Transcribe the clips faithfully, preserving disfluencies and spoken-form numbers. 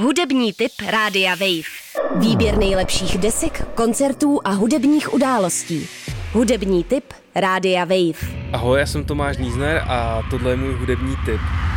Hudební tip Rádia Wave. Výběr nejlepších desek, koncertů a hudebních událostí. Hudební tip Rádia Wave. Ahoj, já jsem Tomáš Nízner a tohle je můj hudební tip.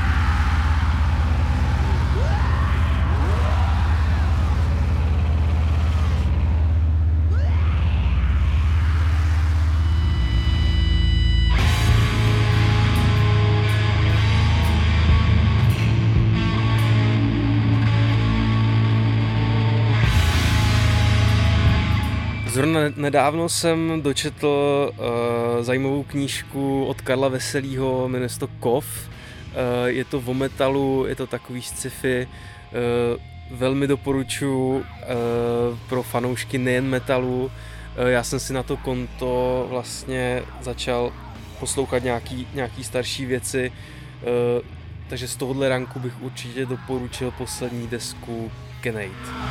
Zrovna nedávno jsem dočetl uh, zajímavou knížku od Karla Veselýho, jmenuje se to Kov. Uh, je to o metalu, je to takový sci-fi. Uh, velmi doporučuji uh, pro fanoušky nejen metalu. Uh, já jsem si na to konto vlastně začal poslouchat nějaký, nějaký starší věci. Uh, takže z tohohle ranku bych určitě doporučil poslední desku Kenate.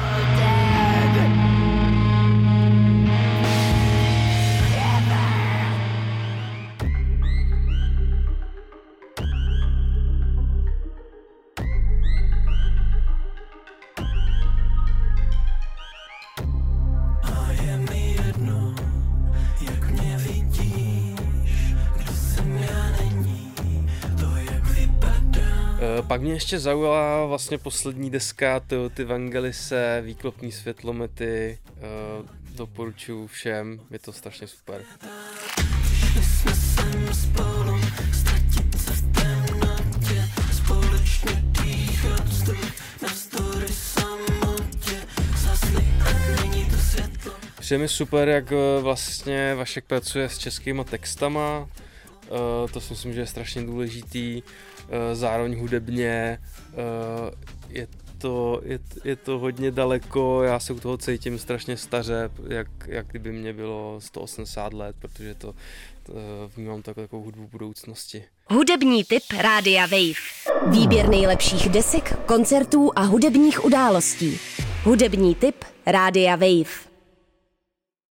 Pak mě ještě zaujala vlastně poslední deska Toyoty Vangelise, výklopní světlomety, doporučuji všem, je to strašně super. Všem je super, jak vlastně Vašek pracuje s českýma textama, to si myslím, že je strašně důležitý. Zároveň hudebně je to, je, je to hodně daleko, já se u toho cítím strašně staře, jak, jak kdyby mě bylo sto osmdesát let, protože to, to vnímám takovou hudbu budoucnosti. Hudební tip Rádia Wave. Výběr nejlepších desek, koncertů a hudebních událostí. Hudební tip Rádia Wave.